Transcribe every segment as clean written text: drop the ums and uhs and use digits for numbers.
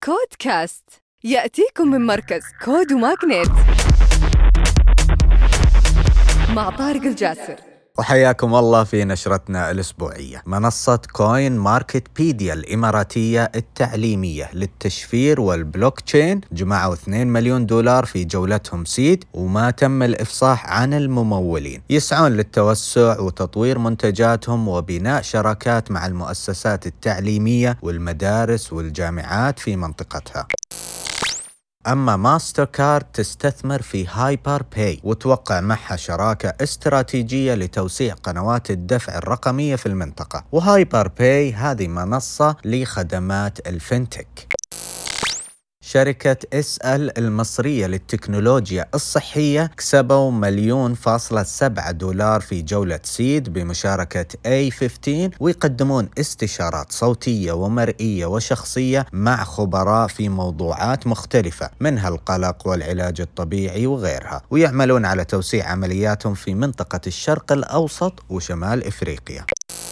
كودكاست يأتيكم من مركز كود وماغنيت مع طارق الجاسر. وحياكم الله في نشرتنا الأسبوعية. منصة كوين ماركت بيديا الإماراتية التعليمية للتشفير والبلوك تشين جمعوا 2 مليون دولار في جولتهم سيد، وما تم الإفصاح عن الممولين. يسعون للتوسع وتطوير منتجاتهم وبناء شراكات مع المؤسسات التعليمية والمدارس والجامعات في منطقتها. أما ماستر كارد تستثمر في هايبر باي وتوقع معها شراكة استراتيجية لتوسيع قنوات الدفع الرقمية في المنطقة. وهايبر باي هذه منصة لخدمات الفنتك. شركة اسأل المصرية للتكنولوجيا الصحية كسبوا 1,700,000 دولار في جولة سيد بمشاركة A15، ويقدمون استشارات صوتية ومرئية وشخصية مع خبراء في موضوعات مختلفة منها القلق والعلاج الطبيعي وغيرها، ويعملون على توسيع عملياتهم في منطقة الشرق الأوسط وشمال إفريقيا.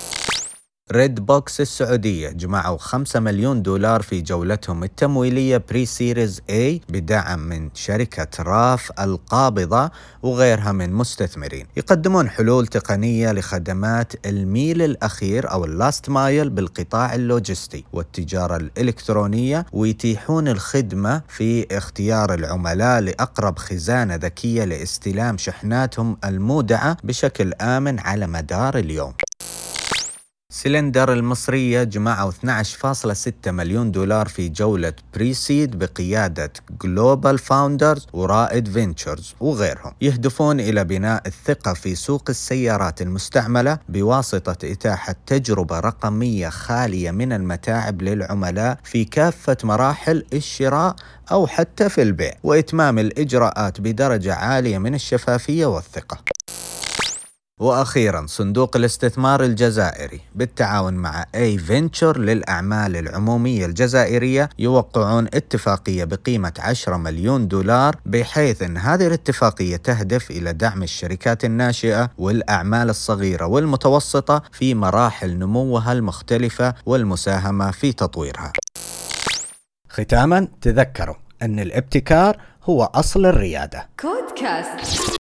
ريد بوكس السعودية جمعوا 5 مليون دولار في جولتهم التمويلية بري سيريز A بدعم من شركة راف القابضة وغيرها من مستثمرين. يقدمون حلول تقنية لخدمات الميل الأخير أو اللاست مايل بالقطاع اللوجستي والتجارة الإلكترونية، ويتيحون الخدمة في اختيار العملاء لأقرب خزانة ذكية لاستلام شحناتهم المودعة بشكل آمن على مدار اليوم. سلندر المصرية جمعوا 12.6 مليون دولار في جولة بريسيد بقيادة جلوبال فاوندرز ورائد فينتشرز وغيرهم. يهدفون إلى بناء الثقة في سوق السيارات المستعملة بواسطة إتاحة تجربة رقمية خالية من المتاعب للعملاء في كافة مراحل الشراء أو حتى في البيع، وإتمام الإجراءات بدرجة عالية من الشفافية والثقة. وأخيراً صندوق الاستثمار الجزائري بالتعاون مع A Venture للأعمال العمومية الجزائرية يوقعون اتفاقية بقيمة 10 مليون دولار، بحيث أن هذه الاتفاقية تهدف إلى دعم الشركات الناشئة والأعمال الصغيرة والمتوسطة في مراحل نموها المختلفة والمساهمة في تطويرها. ختاماً تذكروا أن الابتكار هو أصل الريادة. كودكاست.